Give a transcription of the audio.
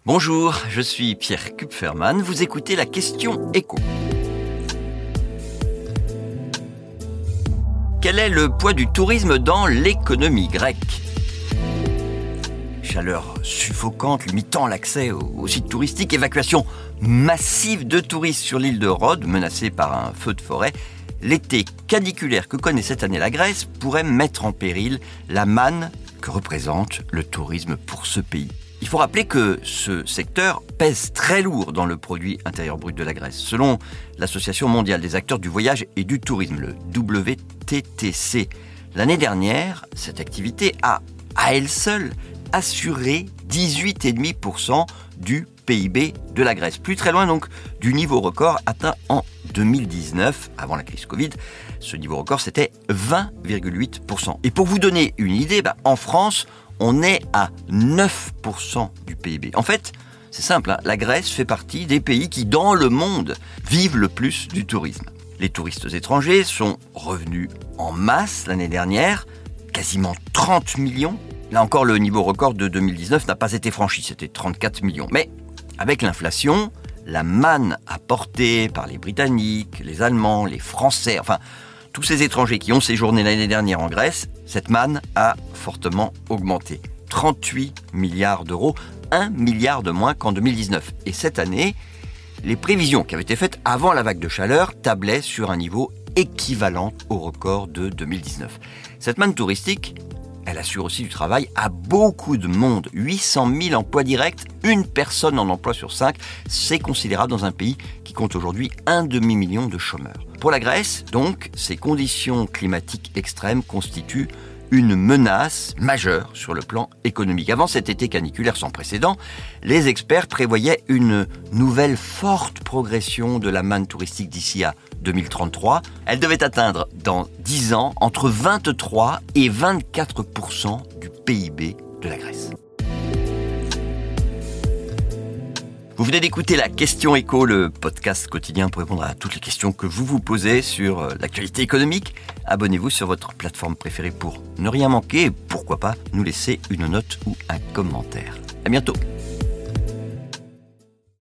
Bonjour, je suis Pierre Kupferman, vous écoutez la question écho. Quel est le poids du tourisme dans l'économie grecque ? Chaleur suffocante limitant l'accès aux sites touristiques, évacuation massive de touristes sur l'île de Rhodes menacée par un feu de forêt. L'été caniculaire que connaît cette année la Grèce pourrait mettre en péril la manne que représente le tourisme pour ce pays. Il faut rappeler que ce secteur pèse très lourd dans le produit intérieur brut de la Grèce. Selon l'Association mondiale des acteurs du voyage et du tourisme, le WTTC, l'année dernière, cette activité a, à elle seule, assuré 18,5% du PIB de la Grèce. Plus très loin donc du niveau record atteint en 2019, avant la crise Covid. Ce niveau record, c'était 20,8%. Et pour vous donner une idée, en France, on est à 9% du PIB. En fait, c'est simple, la Grèce fait partie des pays qui, dans le monde, vivent le plus du tourisme. Les touristes étrangers sont revenus en masse l'année dernière, quasiment 30 millions. Là encore, le niveau record de 2019 n'a pas été franchi, c'était 34 millions. Mais avec l'inflation, la manne apportée par les Britanniques, les Allemands, les Français, enfin tous ces étrangers qui ont séjourné l'année dernière en Grèce, cette manne a fortement augmenté. 38 milliards d'euros, 1 milliard de moins qu'en 2019. Et cette année, les prévisions qui avaient été faites avant la vague de chaleur tablaient sur un niveau équivalent au record de 2019. Cette manne touristique, elle assure aussi du travail à beaucoup de monde. 800 000 emplois directs, une personne en emploi sur 5. C'est considérable dans un pays qui compte aujourd'hui 1,5 million de chômeurs. Pour la Grèce, donc, ces conditions climatiques extrêmes constituent une menace majeure sur le plan économique. Avant cet été caniculaire sans précédent, les experts prévoyaient une nouvelle forte progression de la manne touristique d'ici à 2033. Elle devait atteindre dans 10 ans entre 23 et 24% du PIB de la Grèce. Vous venez d'écouter la Question Écho, le podcast quotidien pour répondre à toutes les questions que vous vous posez sur l'actualité économique. Abonnez-vous sur votre plateforme préférée pour ne rien manquer et pourquoi pas nous laisser une note ou un commentaire. À bientôt.